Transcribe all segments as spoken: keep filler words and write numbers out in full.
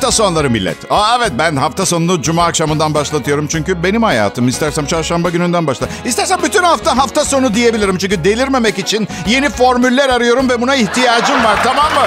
Hafta sonları millet. Aa evet, ben hafta sonunu cuma akşamından başlatıyorum. Çünkü benim hayatım. İstersem çarşamba gününden başla. İstersem bütün hafta hafta sonu diyebilirim. Çünkü delirmemek için yeni formüller arıyorum ve buna ihtiyacım var, tamam mı?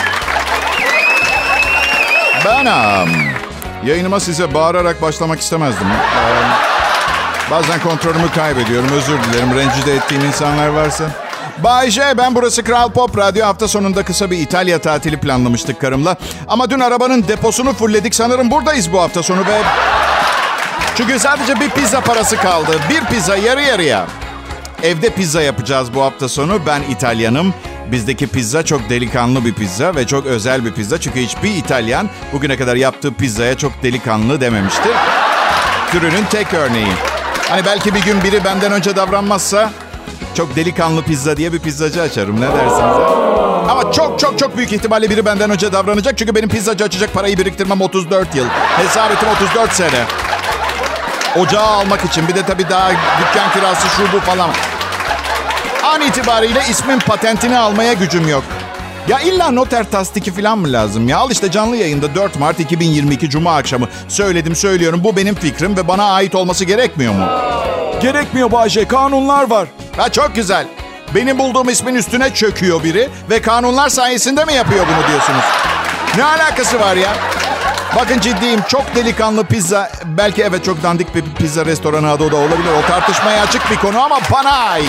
Ben um, yayınıma size bağırarak başlamak istemezdim. Um, bazen kontrolümü kaybediyorum. Özür dilerim. Rencide ettiğim insanlar varsa. Bay J, ben burası Kral Pop Radyo. Hafta sonunda kısa bir İtalya tatili planlamıştık karımla. Ama dün arabanın deposunu fullledik. Sanırım buradayız bu hafta sonu ve... Çünkü sadece bir pizza parası kaldı. Bir pizza yarı yarıya. Evde pizza yapacağız bu hafta sonu. Ben İtalyanım. Bizdeki pizza çok delikanlı bir pizza ve çok özel bir pizza. Çünkü hiçbir İtalyan bugüne kadar yaptığı pizzaya çok delikanlı dememiştir. Türünün tek örneği. Hani belki bir gün biri benden önce davranmazsa... Çok delikanlı pizza diye bir pizzacı açarım. Ne dersiniz? Ha? Ama çok çok çok büyük ihtimalle biri benden önce davranacak. Çünkü benim pizzacı açacak parayı biriktirmem otuz dört yıl. Hesabetim otuz dört sene. Ocağı almak için. Bir de tabii daha dükkan kirası şu bu falan. An itibariyle ismin patentini almaya gücüm yok. Ya illa noter tasdiki falan mı lazım? Ya al işte canlı yayında dört Mart iki bin yirmi iki Cuma akşamı. Söyledim söylüyorum. Bu benim fikrim ve bana ait olması gerekmiyor mu? Gerekmiyor Bayce. Kanunlar var. Ha çok güzel. Benim bulduğum ismin üstüne çöküyor biri ve kanunlar sayesinde mi yapıyor bunu diyorsunuz? Ne alakası var ya? Bakın ciddiyim. Çok delikanlı pizza. Belki evet çok dandik bir pizza restoranı adı da olabilir. O tartışmaya açık bir konu ama bana ait.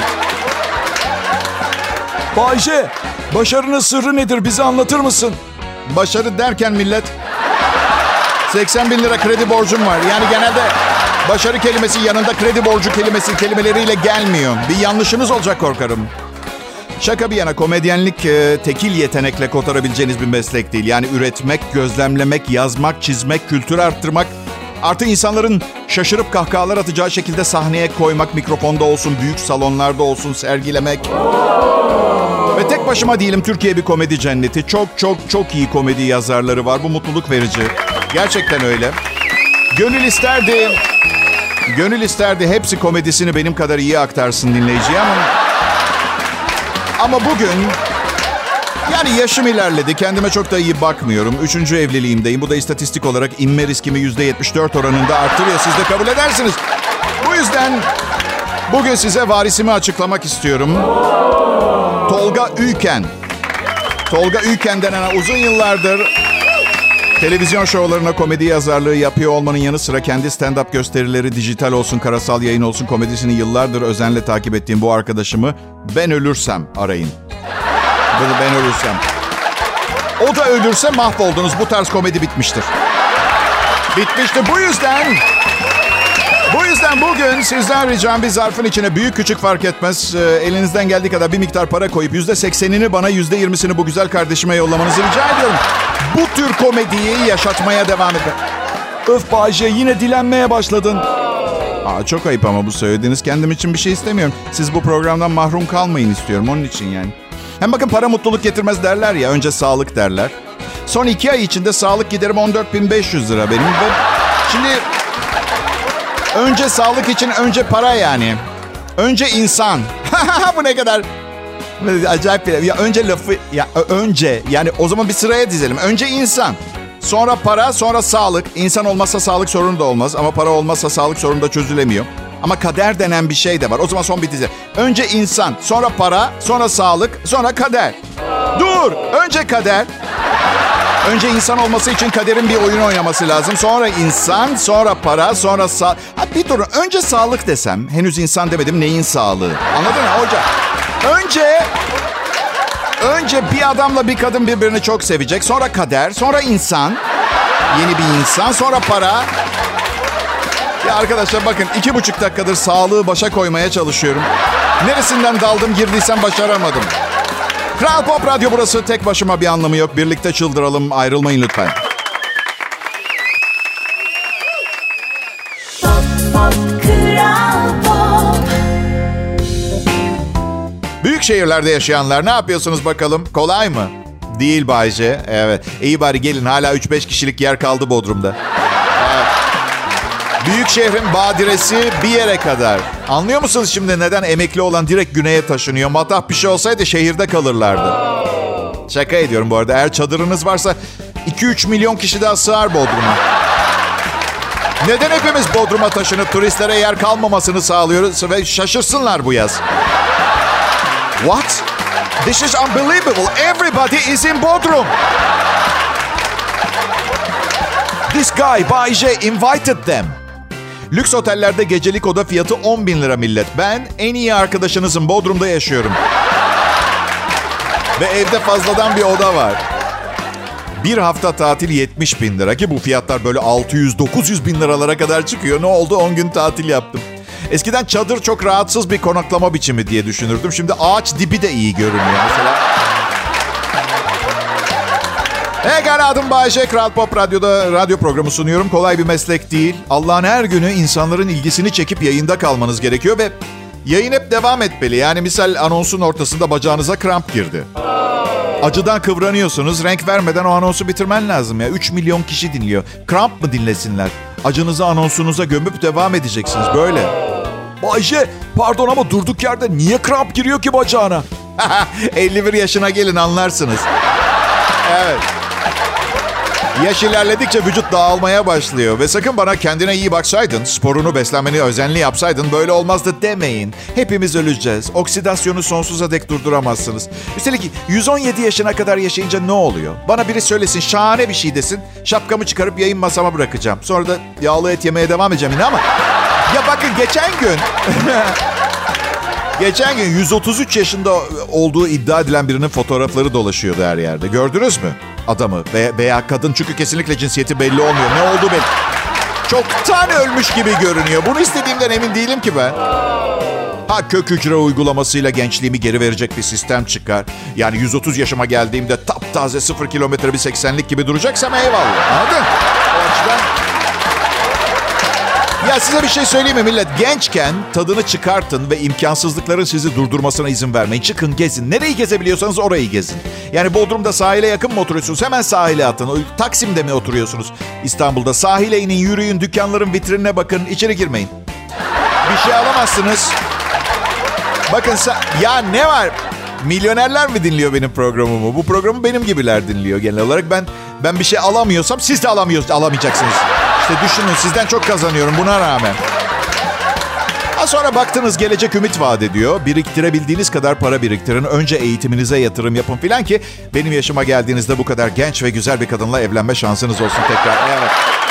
Bayce, başarının sırrı nedir? Bize anlatır mısın? Başarı derken millet... seksen bin lira kredi borcum var. Yani genelde... Başarı kelimesi yanında kredi borcu kelimesi kelimeleriyle gelmiyor. Bir yanlışınız olacak korkarım. Şaka bir yana, komedyenlik e, tekil yetenekle kotarabileceğiniz bir meslek değil. Yani üretmek, gözlemlemek, yazmak, çizmek, kültür arttırmak. Artı insanların şaşırıp kahkahalar atacağı şekilde sahneye koymak, mikrofonda olsun, büyük salonlarda olsun, sergilemek. Ve tek başıma değilim, Türkiye bir komedi cenneti. Çok çok çok iyi komedi yazarları var. Bu mutluluk verici. Gerçekten öyle. Gönül isterdi... Gönül isterdi hepsi komedisini benim kadar iyi aktarsın dinleyiciye ama... Ama bugün... Yani yaşım ilerledi. Kendime çok da iyi bakmıyorum. Üçüncü evliliğimdeyim. Bu da istatistik olarak inme riskimi yüzde yetmiş dört oranında arttırıyor. Siz de kabul edersiniz. Bu yüzden bugün size varisimi açıklamak istiyorum. Tolga Üken. Tolga Üken denen uzun yıllardır... Televizyon şovlarına komedi yazarlığı yapıyor olmanın yanı sıra kendi stand-up gösterileri, dijital olsun, karasal yayın olsun komedisini yıllardır özenle takip ettiğim bu arkadaşımı ben ölürsem arayın. Bunu ben ölürsem. O da ölürse mahvoldunuz. Bu tarz komedi bitmiştir. Bitmiştir. Bu yüzden... Bu yüzden bugün sizden ricam bir zarfın içine büyük küçük fark etmez. E, elinizden geldiği kadar bir miktar para koyup yüzde seksenini bana yüzde yirmisini bu güzel kardeşime yollamanızı rica ediyorum. Bu tür komediyi yaşatmaya devam edin. Öf Bayce, yine dilenmeye başladın. Aa, çok ayıp ama bu söylediğiniz. Kendim için bir şey istemiyorum. Siz bu programdan mahrum kalmayın istiyorum onun için yani. Hem bakın para mutluluk getirmez derler ya. Önce sağlık derler. Son iki ay içinde sağlık giderim on dört bin beş yüz lira benim. Ve şimdi... Önce sağlık için önce para yani. Önce insan. Bu ne kadar acayip bir... Ya önce lafı... Ya önce yani o zaman bir sıraya dizelim. Önce insan. Sonra para, sonra sağlık. İnsan olmazsa sağlık sorunu da olmaz. Ama para olmazsa sağlık sorunu da çözülemiyor. Ama kader denen bir şey de var. O zaman son bir dizi. Önce insan, sonra para, sonra sağlık, sonra kader. Dur! Önce kader. Önce insan olması için kaderin bir oyun oynaması lazım. Sonra insan, sonra para, sonra sağ... Ha, bir durun. Önce sağlık desem. Henüz insan demedim. Neyin sağlığı? Anladın mı hoca? Önce... Önce bir adamla bir kadın birbirini çok sevecek. Sonra kader, sonra insan. Yeni bir insan, sonra para. Ya arkadaşlar bakın iki buçuk dakikadır sağlığı başa koymaya çalışıyorum. Neresinden daldım girdiysem başaramadım. Kral Pop Radyo burası. Tek başıma bir anlamı yok. Birlikte çıldıralım. Ayrılmayın lütfen. Pop, pop, Kral Pop. Büyük şehirlerde yaşayanlar ne yapıyorsunuz bakalım? Kolay mı? Değil Bayce. Evet. İyi bari gelin. Hala üç beş kişilik yer kaldı Bodrum'da. Evet. Büyük şehrin badiresi bir yere kadar. Anlıyor musunuz şimdi neden emekli olan direkt güneye taşınıyor? Matah bir şey olsaydı şehirde kalırlardı. Şaka ediyorum bu arada. Eğer çadırınız varsa iki üç milyon kişi daha sığar Bodrum'a. Neden hepimiz Bodrum'a taşınıp turistlere yer kalmamasını sağlıyoruz ve şaşırsınlar bu yaz? What? This is unbelievable. Everybody is in Bodrum. This guy, Bay J, invited them. Lüks otellerde gecelik oda fiyatı on bin lira millet. Ben en iyi arkadaşınızın Bodrum'da yaşıyorum. Ve evde fazladan bir oda var. Bir hafta tatil yetmiş bin lira ki bu fiyatlar böyle altı yüz dokuz yüz bin liralara kadar çıkıyor. Ne oldu? on gün tatil yaptım. Eskiden çadır çok rahatsız bir konaklama biçimi diye düşünürdüm. Şimdi ağaç dibi de iyi görünüyor mesela. Hey, adım Bayşe. Kral Pop Radyo'da radyo programı sunuyorum. Kolay bir meslek değil. Allah'ın her günü insanların ilgisini çekip yayında kalmanız gerekiyor ve yayın hep devam etmeli. Yani misal anonsun ortasında bacağınıza kramp girdi. Acıdan kıvranıyorsunuz. Renk vermeden o anonsu bitirmen lazım ya. üç milyon kişi dinliyor. Kramp mı dinlesinler? Acınızı anonsunuza gömüp devam edeceksiniz böyle. Bayşe, pardon ama durduk yerde niye kramp giriyor ki bacağına? elli bir yaşına gelin anlarsınız. Evet. Yaş ilerledikçe vücut dağılmaya başlıyor. Ve sakın bana kendine iyi baksaydın, sporunu, beslenmeni özenli yapsaydın böyle olmazdı demeyin. Hepimiz öleceğiz. Oksidasyonu sonsuza dek durduramazsınız. Üstelik yüz on yedi yaşına kadar yaşayınca ne oluyor? Bana biri söylesin, şahane bir şey desin. Şapkamı çıkarıp yayın masama bırakacağım. Sonra da yağlı et yemeye devam edeceğim yine ama... Ya bakın geçen gün... Geçen gün yüz otuz üç yaşında olduğu iddia edilen birinin fotoğrafları dolaşıyordu her yerde. Gördünüz mü adamı veya, veya kadın? Çünkü kesinlikle cinsiyeti belli olmuyor. Ne oldu belli. Çoktan ölmüş gibi görünüyor. Bunu istediğimden emin değilim ki ben. Ha, kök hücre uygulamasıyla gençliğimi geri verecek bir sistem çıkar. Yani yüz otuz yaşıma geldiğimde taptaze sıfır kilometre bir seksenlik gibi duracaksam eyvallah. Anladın? O açıdan... Ya size bir şey söyleyeyim mi millet? Gençken tadını çıkartın ve imkansızlıkların sizi durdurmasına izin vermeyin. Çıkın, gezin. Nereyi gezebiliyorsanız orayı gezin. Yani Bodrum'da sahile yakın mı oturuyorsunuz? Hemen sahile atın. Taksim'de mi oturuyorsunuz? İstanbul'da sahile inin, yürüyün, dükkanların vitrinine bakın. İçeri girmeyin. Bir şey alamazsınız. Bakın ya ne var? Milyonerler mi dinliyor benim programımı? Bu programı benim gibiler dinliyor genel olarak. Ben ben bir şey alamıyorsam siz de alamıyorsunuz, alamayacaksınız. İşte düşünün, sizden çok kazanıyorum buna rağmen. Ha, sonra baktınız gelecek ümit vaat ediyor. Biriktirebildiğiniz kadar para biriktirin. Önce eğitiminize yatırım yapın filan ki benim yaşıma geldiğinizde bu kadar genç ve güzel bir kadınla evlenme şansınız olsun tekrar. Evet.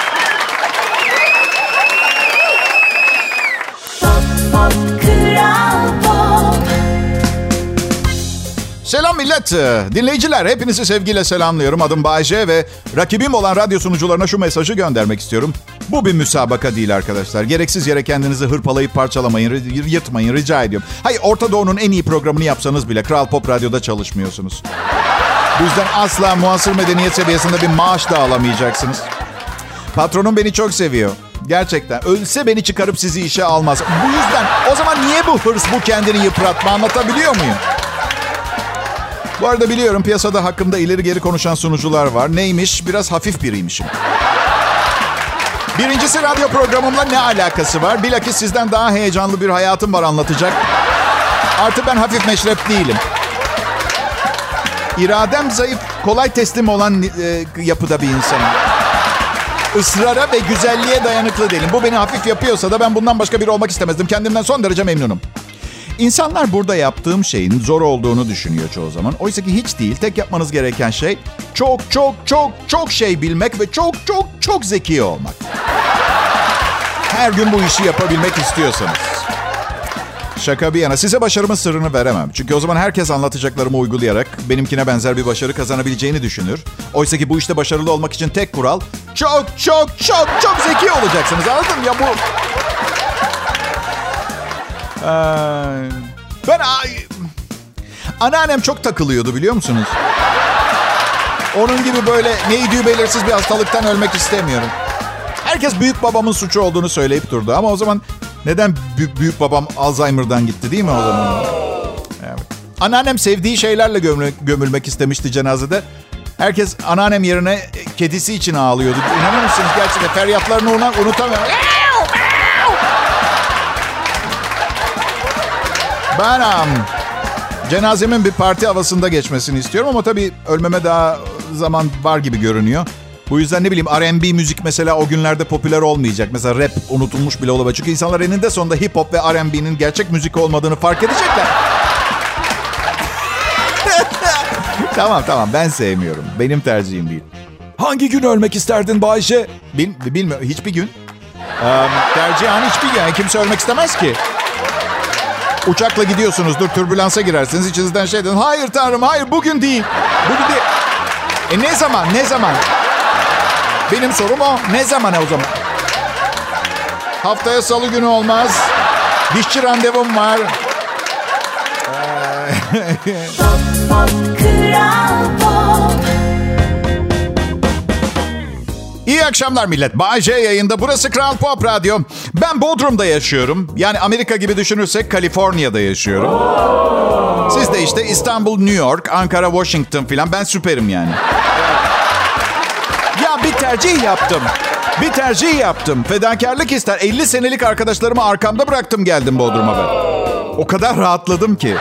Selam millet. Dinleyiciler, hepinizi sevgiyle selamlıyorum. Adım Bayce ve rakibim olan radyo sunucularına şu mesajı göndermek istiyorum. Bu bir müsabaka değil arkadaşlar. Gereksiz yere kendinizi hırpalayıp parçalamayın, yırtmayın rica ediyorum. Hayır, Orta Doğu'nun en iyi programını yapsanız bile Kral Pop Radyo'da çalışmıyorsunuz. Bu yüzden asla muasır medeniyet seviyesinde bir maaş da alamayacaksınız. Patronum beni çok seviyor. Gerçekten. Ölse beni çıkarıp sizi işe almaz. Bu yüzden o zaman niye bu hırs, bu kendini yıpratma, anlatabiliyor muyum? Bu arada biliyorum piyasada hakkımda ileri geri konuşan sunucular var. Neymiş? Biraz hafif biriymişim. Birincisi, radyo programımla ne alakası var? Bilakis sizden daha heyecanlı bir hayatım var anlatacak. Artı ben hafif meşrep değilim. İradem zayıf, kolay teslim olan e, yapıda bir insanım. Israra ve güzelliğe dayanıklı değilim. Bu beni hafif yapıyorsa da ben bundan başka biri olmak istemezdim. Kendimden son derece memnunum. İnsanlar burada yaptığım şeyin zor olduğunu düşünüyor çoğu zaman. Oysa ki hiç değil. Tek yapmanız gereken şey çok çok çok çok şey bilmek ve çok çok çok zeki olmak. Her gün bu işi yapabilmek istiyorsanız. Şaka bir yana, size başarımın sırrını veremem. Çünkü o zaman herkes anlatacaklarımı uygulayarak benimkine benzer bir başarı kazanabileceğini düşünür. Oysa ki bu işte başarılı olmak için tek kural çok çok çok çok zeki olacaksınız. Anladın mı? Ya bu... Ee, ben... Anneannem çok takılıyordu biliyor musunuz? Onun gibi böyle neydi belirsiz bir hastalıktan ölmek istemiyorum. Herkes büyük babamın suçu olduğunu söyleyip durdu. Ama o zaman neden büyük, büyük babam Alzheimer'dan gitti değil mi o zaman? Evet. Anneannem sevdiği şeylerle gömül, gömülmek istemişti cenazede. Herkes anneannem yerine kedisi için ağlıyordu. İnanır mısınız gerçekten? Feryatlarını ona unutamıyorum. Ben um, cenazemin bir parti havasında geçmesini istiyorum ama tabii ölmeme daha zaman var gibi görünüyor. Bu yüzden ne bileyim R and B müzik mesela o günlerde popüler olmayacak. Mesela rap unutulmuş bile olabilir. Çünkü insanlar eninde sonunda hip hop ve R and B'nin gerçek müzik olmadığını fark edecekler. Tamam tamam ben sevmiyorum. Benim tercihim değil. Hangi gün ölmek isterdin Bayşe? Bil, bilmiyorum hiçbir gün. Ee, tercihen hiçbir gün. Yani kimse ölmek istemez ki. Uçakla gidiyorsunuzdur, türbülansa girersiniz. İçinizden şey dedin. Hayır tanrım, hayır bugün değil. Bugün değil. E ne zaman, ne zaman? Benim sorum o. Ne zaman o zaman? Haftaya salı günü olmaz. Dişçi randevum var. Pop, pop, Kral Pop. İyi akşamlar millet. Bay J yayında. Burası Kral Pop Radyo. Ben Bodrum'da yaşıyorum. Yani Amerika gibi düşünürsek Kaliforniya'da yaşıyorum. Siz de işte İstanbul, New York, Ankara, Washington filan. Ben süperim yani. Ya bir tercih yaptım. Bir tercih yaptım. Fedakarlık ister. elli senelik arkadaşlarımı arkamda bıraktım geldim Bodrum'a ben. O kadar rahatladım ki.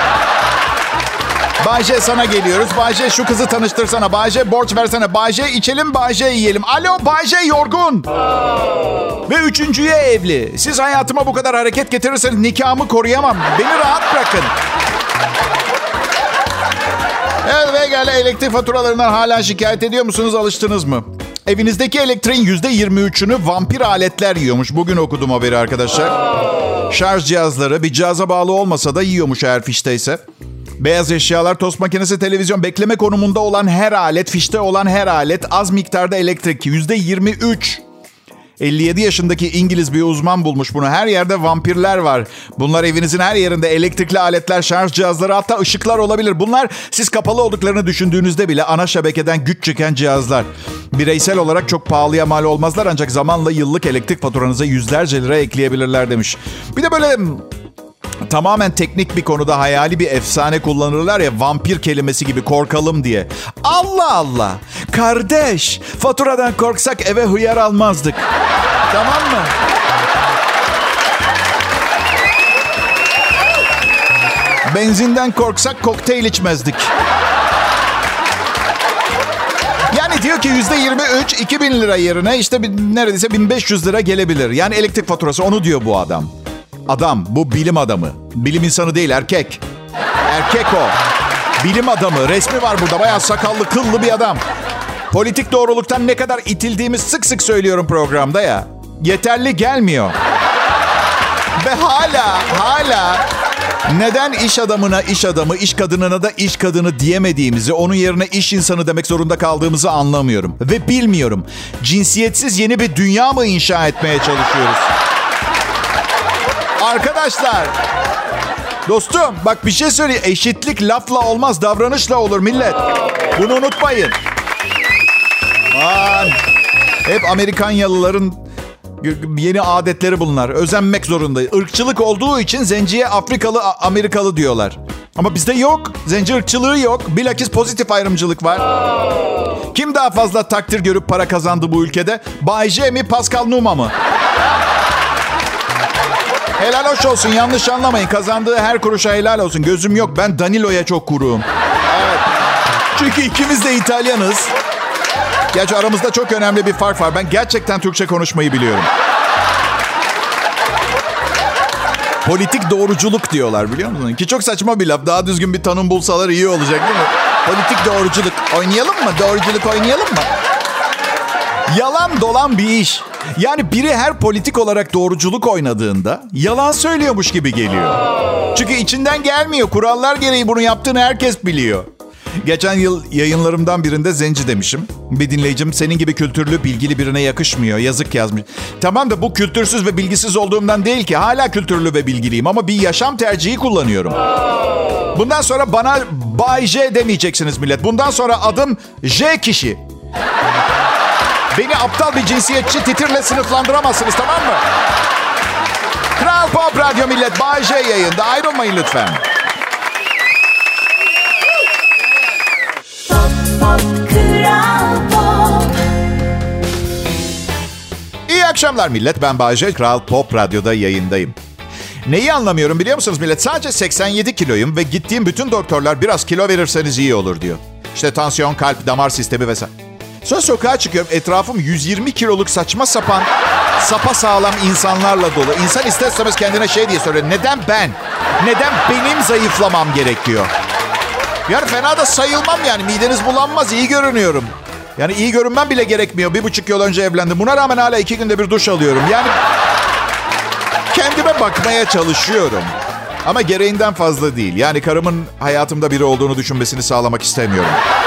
Bayce sana geliyoruz. Bayce şu kızı tanıştırsana. Bayce borç versene. Bayce içelim, Bayce yiyelim. Alo Bayce yorgun. Ve üçüncüye evli. Siz hayatıma bu kadar hareket getirirseniz nikahımı koruyamam. Beni rahat bırakın. Evet ve gel elektrik faturalarından hala şikayet ediyor musunuz? Alıştınız mı? Evinizdeki elektriğin yüzde yirmi üçünü vampir aletler yiyormuş. Bugün okudum haberi arkadaşlar. Şarj cihazları bir cihaza bağlı olmasa da yiyormuş eğer fişteyse. Beyaz eşyalar, tost makinesi, televizyon, bekleme konumunda olan her alet, fişte olan her alet az miktarda elektrik. yüzde yirmi üç. elli yedi yaşındaki İngiliz bir uzman bulmuş bunu. Her yerde vampirler var. Bunlar evinizin her yerinde elektrikli aletler, şarj cihazları hatta ışıklar olabilir. Bunlar siz kapalı olduklarını düşündüğünüzde bile ana şebekeden güç çeken cihazlar. Bireysel olarak çok pahalıya mal olmazlar ancak zamanla yıllık elektrik faturanıza yüzlerce lira ekleyebilirler demiş. Bir de böyle tamamen teknik bir konuda hayali bir efsane kullanırlar ya, vampir kelimesi gibi korkalım diye. Allah Allah. Kardeş, faturadan korksak eve hıyar almazdık. Tamam mı? Benzinden korksak kokteyl içmezdik. Yani diyor ki yüzde yirmi üç iki bin lira yerine işte neredeyse bin beş yüz lira gelebilir. Yani elektrik faturası, onu diyor bu adam. Adam, bu bilim adamı. Bilim insanı değil, erkek. Erkek o. Bilim adamı. Resmi var burada. Bayağı sakallı, kıllı bir adam. Politik doğruluktan ne kadar itildiğimi sık sık söylüyorum programda ya. Yeterli gelmiyor. Ve hala, hala neden iş adamına iş adamı, iş kadınına da iş kadını diyemediğimizi, onun yerine iş insanı demek zorunda kaldığımızı anlamıyorum. Ve bilmiyorum. Cinsiyetsiz yeni bir dünya mı inşa etmeye çalışıyoruz? Arkadaşlar, dostum bak bir şey söyleyeyim. Eşitlik lafla olmaz, davranışla olur millet. Bunu unutmayın. Aman. Hep Amerikanyalıların yeni adetleri bunlar. Özenmek zorundayız. Irkçılık olduğu için zenciye Afrikalı, Amerikalı diyorlar. Ama bizde yok. Zenci ırkçılığı yok. Bilakis pozitif ayrımcılık var. Kim daha fazla takdir görüp para kazandı bu ülkede? Bay J mi, Pascal Numa mı? Helal hoş olsun, yanlış anlamayın. Kazandığı her kuruşa helal olsun. Gözüm yok, ben Danilo'ya çok kuruğum. Evet. Çünkü ikimiz de İtalyanız. Gerçi aramızda çok önemli bir fark var. Ben gerçekten Türkçe konuşmayı biliyorum. Politik doğruculuk diyorlar, biliyor musun? Ki çok saçma bir laf. Daha düzgün bir tanım bulsalar iyi olacak değil mi? Politik doğruculuk. Oynayalım mı? Doğruculuk oynayalım mı? Yalan dolan bir iş. Yani biri her politik olarak doğruculuk oynadığında yalan söylüyormuş gibi geliyor. Çünkü içinden gelmiyor. Kurallar gereği bunu yaptığını herkes biliyor. Geçen yıl yayınlarımdan birinde zenci demişim. Bir dinleyicim senin gibi kültürlü, bilgili birine yakışmıyor. Yazık yazmış. Tamam da bu kültürsüz ve bilgisiz olduğumdan değil ki. Hala kültürlü ve bilgiliyim ama bir yaşam tercihi kullanıyorum. Bundan sonra bana Bay J demeyeceksiniz millet. Bundan sonra adım J kişi. Beni aptal bir cinsiyetçi titirle sınıflandıramazsınız, tamam mı? Kral Pop Radyo millet, Bay J yayında. Ayrılmayın lütfen. Pop, pop, Kral Pop. İyi akşamlar millet, ben Bay J. Kral Pop Radyo'da yayındayım. Neyi anlamıyorum biliyor musunuz millet? Sadece seksen yedi kiloyum ve gittiğim bütün doktorlar biraz kilo verirseniz iyi olur diyor. İşte tansiyon, kalp, damar sistemi vesaire. Sonra sokağa çıkıyorum. Etrafım yüz yirmi kiloluk saçma sapan, sapasağlam insanlarla dolu. İnsan ister istemez kendine şey diye soruyor. Neden ben? Neden benim zayıflamam gerekiyor? Yani fena da sayılmam yani. Mideniz bulanmaz. İyi görünüyorum. Yani iyi görünmem bile gerekmiyor. Bir buçuk yıl önce evlendim. Buna rağmen hala iki günde bir duş alıyorum. Yani kendime bakmaya çalışıyorum. Ama gereğinden fazla değil. Yani karımın hayatımda biri olduğunu düşünmesini sağlamak istemiyorum.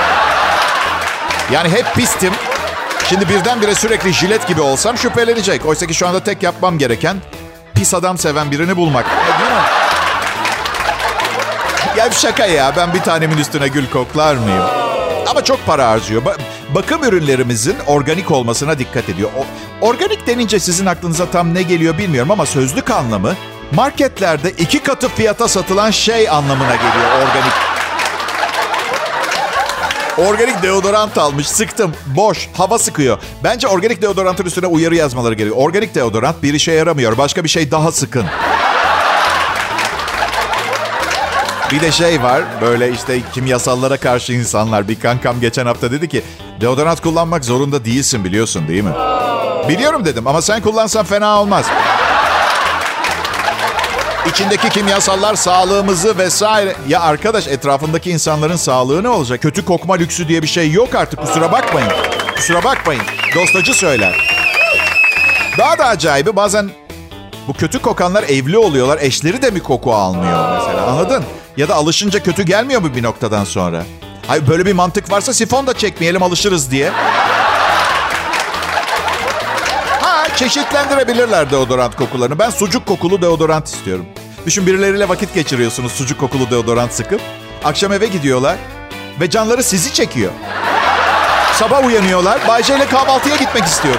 Yani hep pistim. Şimdi birdenbire sürekli jilet gibi olsam şüphelenecek. Oysa ki şu anda tek yapmam gereken pis adam seven birini bulmak. E, değil mi? Ya şaka ya. Ben bir tanemin üstüne gül koklar mıyım? Ama çok para harcıyor. Ba- bakım ürünlerimizin organik olmasına dikkat ediyor. O- organik denince sizin aklınıza tam ne geliyor bilmiyorum ama sözlük anlamı marketlerde iki katı fiyata satılan şey anlamına geliyor organik. Organik deodorant almış, sıktım. Boş, hava sıkıyor. Bence organik deodorantın üstüne uyarı yazmaları gerekiyor. Organik deodorant bir işe yaramıyor. Başka bir şey daha sıkın. Bir de şey var, böyle işte kimyasallara karşı insanlar. Bir kankam geçen hafta dedi ki, deodorant kullanmak zorunda değilsin biliyorsun değil mi? Biliyorum dedim ama sen kullansan fena olmaz. İçindeki kimyasallar sağlığımızı vesaire... Ya arkadaş, etrafındaki insanların sağlığı ne olacak? Kötü kokma lüksü diye bir şey yok artık. Kusura bakmayın. Kusura bakmayın. Dostacı söyler. Daha da acayibi bazen bu kötü kokanlar evli oluyorlar. Eşleri de mi koku almıyor mesela, anladın? Ya da alışınca kötü gelmiyor mu bir noktadan sonra? Hayır, böyle bir mantık varsa sifon da çekmeyelim, alışırız diye. Çeşitlendirebilirler deodorant kokularını. Ben sucuk kokulu deodorant istiyorum. Düşün, birileriyle vakit geçiriyorsunuz sucuk kokulu deodorant sıkıp. Akşam eve gidiyorlar ve canları sizi çekiyor. Sabah uyanıyorlar. Bay J ile kahvaltıya gitmek istiyorum.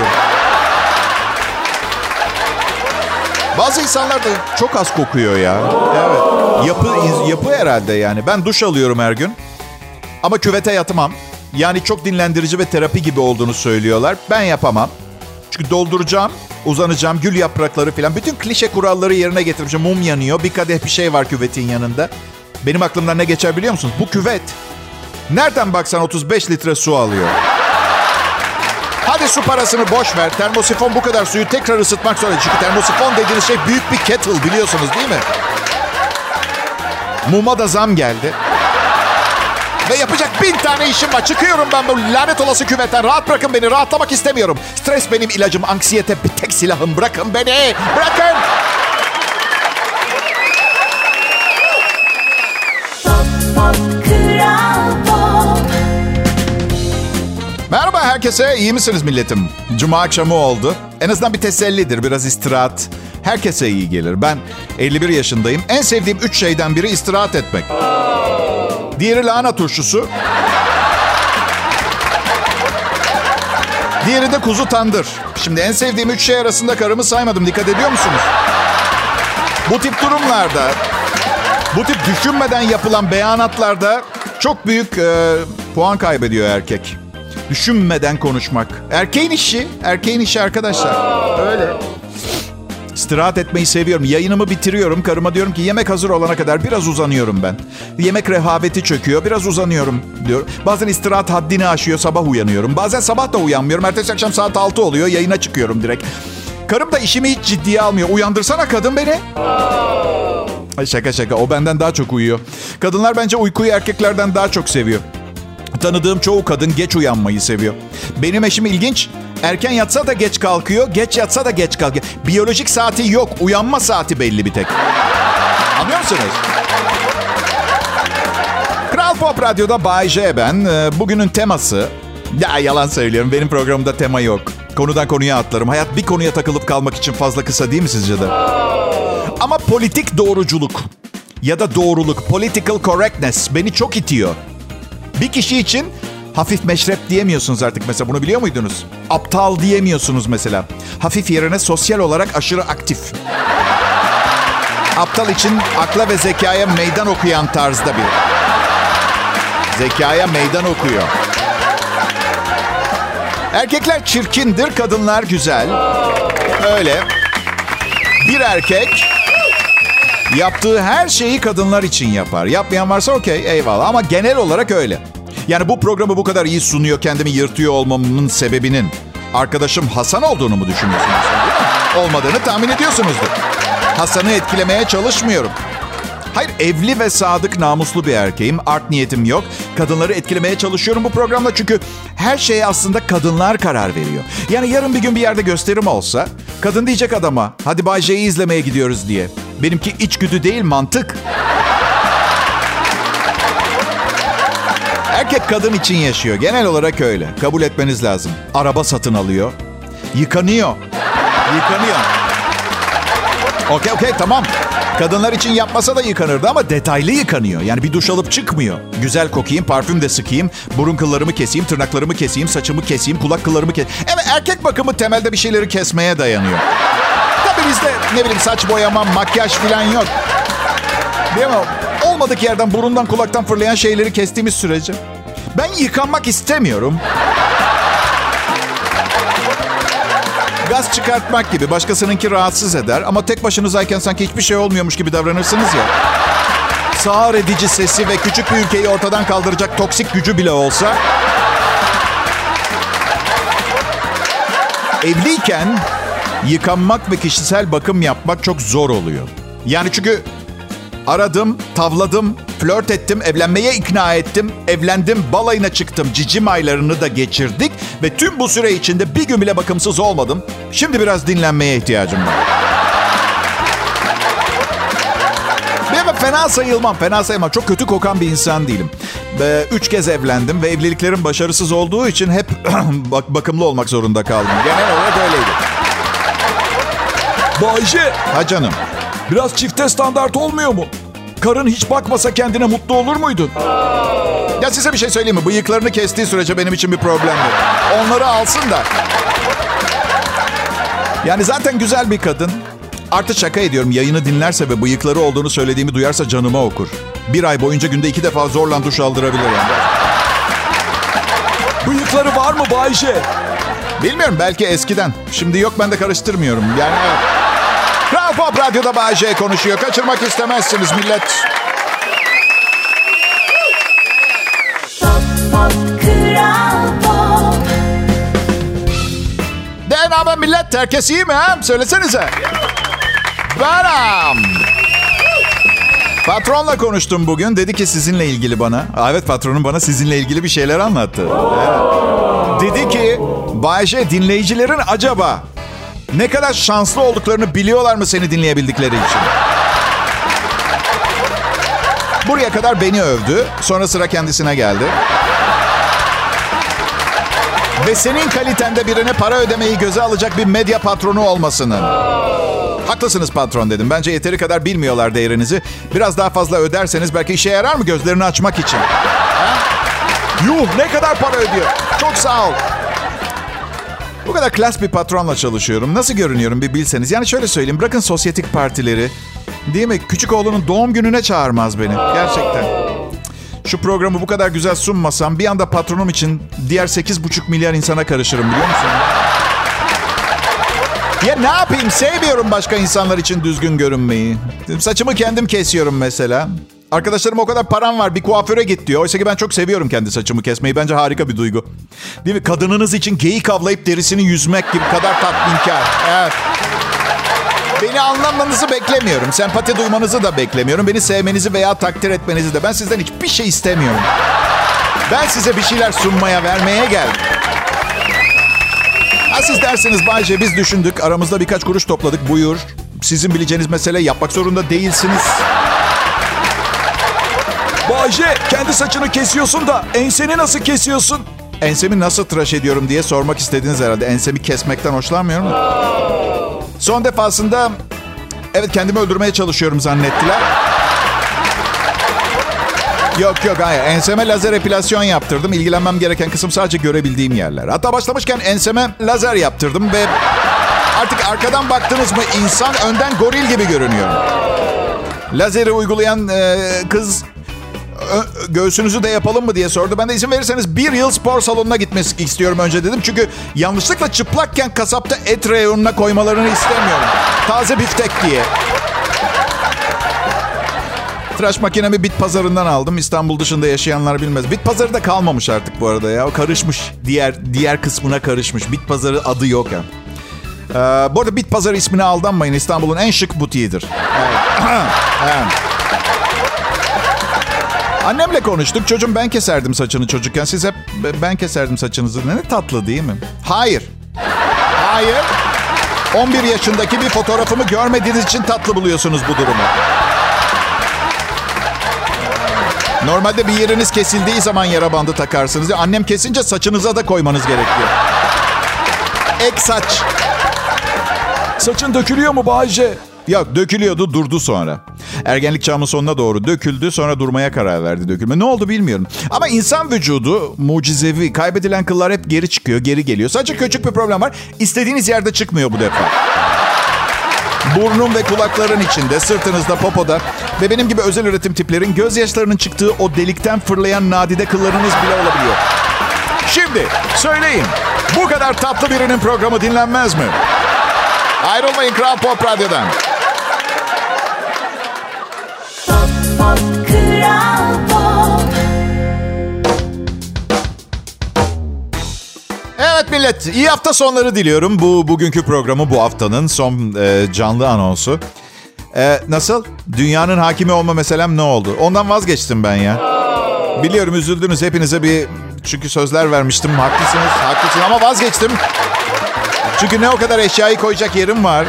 Bazı insanlar da çok az kokuyor ya. Evet. Yapı, yapı herhalde yani. Ben duş alıyorum her gün. Ama küvete yatmam. Yani çok dinlendirici ve terapi gibi olduğunu söylüyorlar. Ben yapamam. Çünkü dolduracağım, uzanacağım, gül yaprakları falan. Bütün klişe kuralları yerine getirmişim. Mum yanıyor, bir kadeh bir şey var küvetin yanında. Benim aklımdan ne geçer biliyor musunuz? Bu küvet nereden baksan otuz beş litre su alıyor. Hadi su parasını boş ver. Termosifon bu kadar suyu tekrar ısıtmak zorunda. Çünkü termosifon dediğiniz şey büyük bir kettle, biliyorsunuz değil mi? Muma da zam geldi. Ve yapacak bin tane işim var. Çıkıyorum ben bu lanet olası küvetten. Rahat bırakın beni. Rahatlamak istemiyorum. Stres benim ilacım. Anksiyete bir tek silahım. Bırakın beni. Bırakın. Pop, pop, Kral Pop. Merhaba herkese. İyi misiniz milletim? Cuma akşamı oldu. En azından bir tesellidir. Biraz istirahat. Herkese iyi gelir. Ben elli bir yaşındayım. En sevdiğim üç şeyden biri istirahat etmek. Diğeri lahana turşusu. Diğeri de kuzu tandır. Şimdi en sevdiğim üç şey arasında karımı saymadım. Dikkat ediyor musunuz? Bu tip durumlarda, bu tip düşünmeden yapılan beyanatlarda çok büyük e, puan kaybediyor erkek. Düşünmeden konuşmak. Erkeğin işi, erkeğin işi arkadaşlar. Öyle. İstirahat etmeyi seviyorum. Yayınımı bitiriyorum. Karıma diyorum ki yemek hazır olana kadar biraz uzanıyorum ben. Yemek rehaveti çöküyor. Biraz uzanıyorum diyor. Bazen istirahat haddini aşıyor. Sabah uyanıyorum. Bazen sabah da uyanmıyorum. Ertesi akşam saat altı oluyor. Yayına çıkıyorum direkt. Karım da işimi hiç ciddiye almıyor. Uyandırsana kadın beni. Ay şaka şaka. O benden daha çok uyuyor. Kadınlar bence uykuyu erkeklerden daha çok seviyor. Tanıdığım çoğu kadın geç uyanmayı seviyor. Benim eşim ilginç. Erken yatsa da geç kalkıyor, geç yatsa da geç kalkıyor. Biyolojik saati yok, uyanma saati belli bir tek. Anlıyor musunuz? Kral Pop Radyo'da Bay J ben. Bugünün teması... Ya yalan söylüyorum, benim programımda tema yok. Konudan konuya atlarım. Hayat bir konuya takılıp kalmak için fazla kısa değil mi sizce de? Ama politik doğruculuk ya da doğruluk, political correctness beni çok itiyor. Bir kişi için hafif meşrep diyemiyorsunuz artık mesela. Bunu biliyor muydunuz? Aptal diyemiyorsunuz mesela. Hafif yerine sosyal olarak aşırı aktif. Aptal için akla ve zekaya meydan okuyan tarzda biri. Zekaya meydan okuyor. Erkekler çirkindir, kadınlar güzel. Öyle. Bir erkek yaptığı her şeyi kadınlar için yapar. Yapmayan varsa okey, eyvallah. Ama genel olarak öyle. Yani bu programı bu kadar iyi sunuyor, kendimi yırtıyor olmamın sebebinin arkadaşım Hasan olduğunu mu düşünüyorsunuz? Değil mi? Olmadığını tahmin ediyorsunuzdur. Hasan'ı etkilemeye çalışmıyorum. Hayır, evli ve sadık, namuslu bir erkeğim. Art niyetim yok. Kadınları etkilemeye çalışıyorum bu programda çünkü her şeye aslında kadınlar karar veriyor. Yani yarın bir gün bir yerde gösterim olsa, kadın diyecek adama, hadi Bay J'yi izlemeye gidiyoruz diye. Benimki içgüdü değil, mantık. Erkek kadın için yaşıyor. Genel olarak öyle. Kabul etmeniz lazım. Araba satın alıyor. Yıkanıyor. Yıkanıyor. Okey okey tamam. Kadınlar için yapmasa da yıkanırdı ama detaylı yıkanıyor. Yani bir duş alıp çıkmıyor. Güzel kokayım, parfüm de sıkayım, burun kıllarımı keseyim, tırnaklarımı keseyim, saçımı keseyim, kulak kıllarımı keseyim. Evet, erkek bakımı temelde bir şeyleri kesmeye dayanıyor. Tabii bizde ne bileyim saç boyama, makyaj falan yok. Değil mi? Olmadık yerden burundan kulaktan fırlayan şeyleri kestiğimiz sürece. Ben yıkanmak istemiyorum. Gaz çıkartmak gibi. Başkasınınki rahatsız eder. Ama tek başınızayken sanki hiçbir şey olmuyormuş gibi davranırsınız ya. Sağır edici sesi ve küçük bir ülkeyi ortadan kaldıracak toksik gücü bile olsa. Evliyken yıkanmak ve kişisel bakım yapmak çok zor oluyor. Yani çünkü aradım, tavladım, flört ettim, evlenmeye ikna ettim, evlendim, balayına çıktım, cicim aylarını da geçirdik ve tüm bu süre içinde bir gün bile bakımsız olmadım. Şimdi biraz dinlenmeye ihtiyacım var. Ben fena sayılmam, fena sayılmam. Çok kötü kokan bir insan değilim. Üç kez evlendim ve evliliklerim başarısız olduğu için hep bak bakımlı olmak zorunda kaldım. Genel olarak öyleydi. Bayce, Ha canım. biraz çifte standart olmuyor mu? Karın hiç bakmasa kendine mutlu olur muydun? Ya size bir şey söyleyeyim mi? Bıyıklarını kestiği sürece benim için bir problem yok. Onları alsın da. Yani zaten güzel bir kadın. Artı şaka ediyorum. Yayını dinlerse ve bıyıkları olduğunu söylediğimi duyarsa canıma okur. Bir ay boyunca günde iki defa zorla duş aldırabilir yani. Bıyıkları var mı Bayce? Bilmiyorum, belki eskiden. Şimdi yok, ben de karıştırmıyorum. Yani evet. Kral Pop Radyo'da Bay J konuşuyor. Kaçırmak istemezsiniz millet. Pop, pop, Kral Pop. De ne haber millet? Herkes iyi mi ha? Söylesenize. Benim. Patronla konuştum bugün. Dedi ki sizinle ilgili bana. Aa, evet, patronum bana sizinle ilgili bir şeyler anlattı. Evet. Dedi ki Bay J, dinleyicilerin acaba ne kadar şanslı olduklarını biliyorlar mı seni dinleyebildikleri için? Buraya kadar beni övdü. Sonra sıra kendisine geldi. Ve senin kalitende birine para ödemeyi göze alacak bir medya patronu olmasının. Haklısınız patron dedim. Bence yeteri kadar bilmiyorlar değerinizi. Biraz daha fazla öderseniz belki işe yarar mı gözlerini açmak için? Ha? Yuh, ne kadar para ödüyor? Çok sağ ol. Bu kadar klas bir patronla çalışıyorum. Nasıl görünüyorum bir bilseniz. Yani şöyle söyleyeyim. Bırakın sosyetik partileri. Değil mi? Küçük oğlunun doğum gününe çağırmaz beni. Gerçekten. Şu programı bu kadar güzel sunmasam bir anda patronum için diğer sekiz buçuk milyar insana karışırım, biliyor musun? Ya ne yapayım? Sevmiyorum başka insanlar için düzgün görünmeyi. Saçımı kendim kesiyorum mesela. Arkadaşlarım o kadar param var bir kuaföre git diyor. Oysa ki ben çok seviyorum kendi saçımı kesmeyi. Bence harika bir duygu. Değil mi? Kadınınız için geyik avlayıp derisini yüzmek gibi kadar tatminkar. Evet. Beni anlamanızı beklemiyorum. Sempati duymanızı da beklemiyorum. Beni sevmenizi veya takdir etmenizi de. Ben sizden hiçbir şey istemiyorum. Ben size bir şeyler sunmaya, vermeye geldim. Ha, siz dersiniz Bayce, biz düşündük. Aramızda birkaç kuruş topladık. Buyur. Sizin bileceğiniz mesele, yapmak zorunda değilsiniz. Bayce, kendi saçını kesiyorsun da enseni nasıl kesiyorsun? Ensemi nasıl tıraş ediyorum diye sormak istediniz herhalde. Ensemi kesmekten hoşlanmıyorum. Son defasında evet kendimi öldürmeye çalışıyorum zannettiler. Yok yok hayır. Enseme lazer epilasyon yaptırdım. İlgilenmem gereken kısım sadece görebildiğim yerler. Hatta başlamışken enseme lazer yaptırdım ve artık arkadan baktınız mı insan, önden goril gibi görünüyor. Lazeri uygulayan e, kız Ö- göğsünüzü de yapalım mı diye sordu. Ben de izin verirseniz bir yıl spor salonuna gitmek istiyorum önce dedim. Çünkü yanlışlıkla çıplakken kasapta et reyonuna koymalarını istemiyorum. Taze biftek diye. Tıraş makinemi bit pazarından aldım. İstanbul dışında yaşayanlar bilmez. Bit pazarı da kalmamış artık bu arada ya. O karışmış. Diğer diğer kısmına karışmış. Bit pazarı adı yok ya. Ee, bu arada bit pazarı ismine aldanmayın. İstanbul'un en şık butiğidir. Evet. Evet. Annemle konuştuk. Çocuğum ben keserdim saçını çocukken. Siz hep ben keserdim saçınızı. Ne tatlı değil mi? Hayır. Hayır. on bir yaşındaki bir fotoğrafımı görmediğiniz için tatlı buluyorsunuz bu durumu. Normalde bir yeriniz kesildiği zaman yara bandı takarsınız. Annem kesince saçınıza da koymanız gerekiyor. Ek saç. Saçın dökülüyor mu Bayce? Yok, dökülüyordu, durdu sonra. Ergenlik çağımın sonuna doğru döküldü, sonra durmaya karar verdi dökülme. Ne oldu bilmiyorum. Ama insan vücudu mucizevi. Kaybedilen kıllar hep geri çıkıyor, geri geliyor. Sadece küçük bir problem var. İstediğiniz yerde çıkmıyor bu defa. Burnun ve kulakların içinde, sırtınızda, popoda ve benim gibi özel üretim tiplerin gözyaşlarının çıktığı o delikten fırlayan nadide kıllarınız bile olabiliyor. Şimdi söyleyin, bu kadar tatlı birinin programı dinlenmez mi? Ayrılmayın Kral Pop Radyo'dan. Pop, pop, Kral Pop. Evet millet, iyi hafta sonları diliyorum. Bu bugünkü programı, bu haftanın son e, canlı anonsu. E, nasıl? Dünyanın hakimi olma meselem ne oldu? Ondan vazgeçtim ben ya. Biliyorum üzüldünüz, hepinize bir... Çünkü sözler vermiştim, haklısınız, haklısınız ama vazgeçtim. Çünkü ne o kadar eşyayı koyacak yerim var,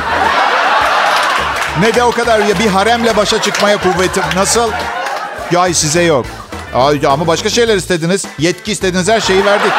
ne de o kadar ya bir haremle başa çıkmaya kuvvetim. Nasıl? Ya size yok. Ay, ama başka şeyler istediniz. Yetki istediniz, her şeyi verdik.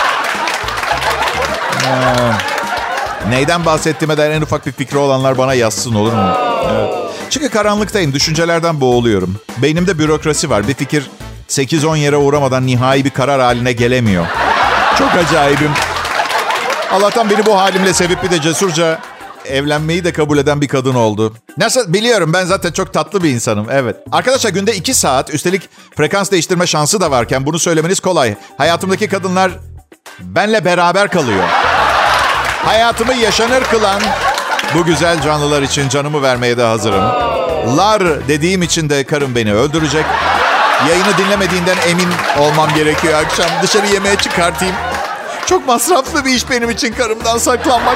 Ee, neyden bahsettiğime dair en ufak bir fikri olanlar bana yazsın, olur mu? Evet. Çünkü karanlıktayım, düşüncelerden boğuluyorum. Beynimde bürokrasi var. Bir fikir sekiz on yere uğramadan nihai bir karar haline gelemiyor. Çok acayibim. Allah'tan beni bu halimle sevip bir de cesurca evlenmeyi de kabul eden bir kadın oldu. Nasıl? Biliyorum, ben zaten çok tatlı bir insanım. Evet. Arkadaşlar günde iki saat, üstelik frekans değiştirme şansı da varken bunu söylemeniz kolay. Hayatımdaki kadınlar benle beraber kalıyor. Hayatımı yaşanır kılan bu güzel canlılar için canımı vermeye de hazırım. Lar dediğim için de karım beni öldürecek. Yayını dinlemediğinden emin olmam gerekiyor akşam. Dışarı yemeğe çıkartayım. Çok masraflı bir iş benim için karımdan saklanmak.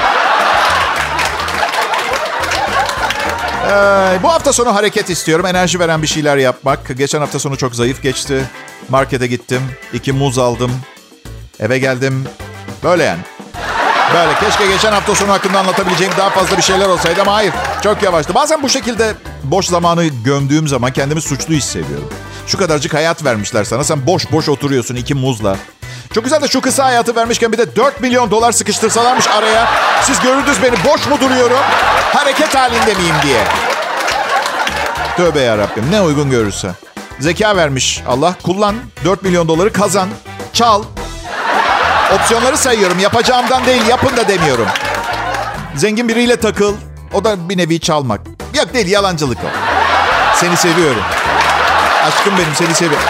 Ee, bu hafta sonu hareket istiyorum. Enerji veren bir şeyler yapmak. Geçen hafta sonu çok zayıf geçti. Markete gittim. iki muz aldım. Eve geldim. Böyle yani. Böyle. Keşke geçen hafta sonu hakkında anlatabileceğim daha fazla bir şeyler olsaydı ama hayır. Çok yavaştı. Bazen bu şekilde boş zamanı gömdüğüm zaman kendimi suçlu hissediyorum. Şu kadarcık hayat vermişler sana. Sen boş boş oturuyorsun iki muzla. Çok güzel de şu kısa hayatı vermişken bir de dört milyon dolar sıkıştırsalarmış araya. Siz görürdünüz beni, boş mu duruyorum, hareket halinde miyim diye. Tövbe yarabbim, ne uygun görürse. Zeka vermiş Allah, kullan, dört milyon doları kazan, çal. Opsiyonları sayıyorum, yapacağımdan değil, yapın da demiyorum. Zengin biriyle takıl, o da bir nevi çalmak. Yok değil, yalancılık o. Seni seviyorum. Aşkım benim, seni seviyorum.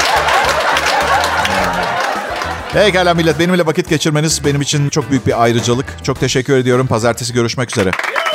Pekala millet, benimle vakit geçirmeniz benim için çok büyük bir ayrıcalık. Çok teşekkür ediyorum. Pazartesi görüşmek üzere.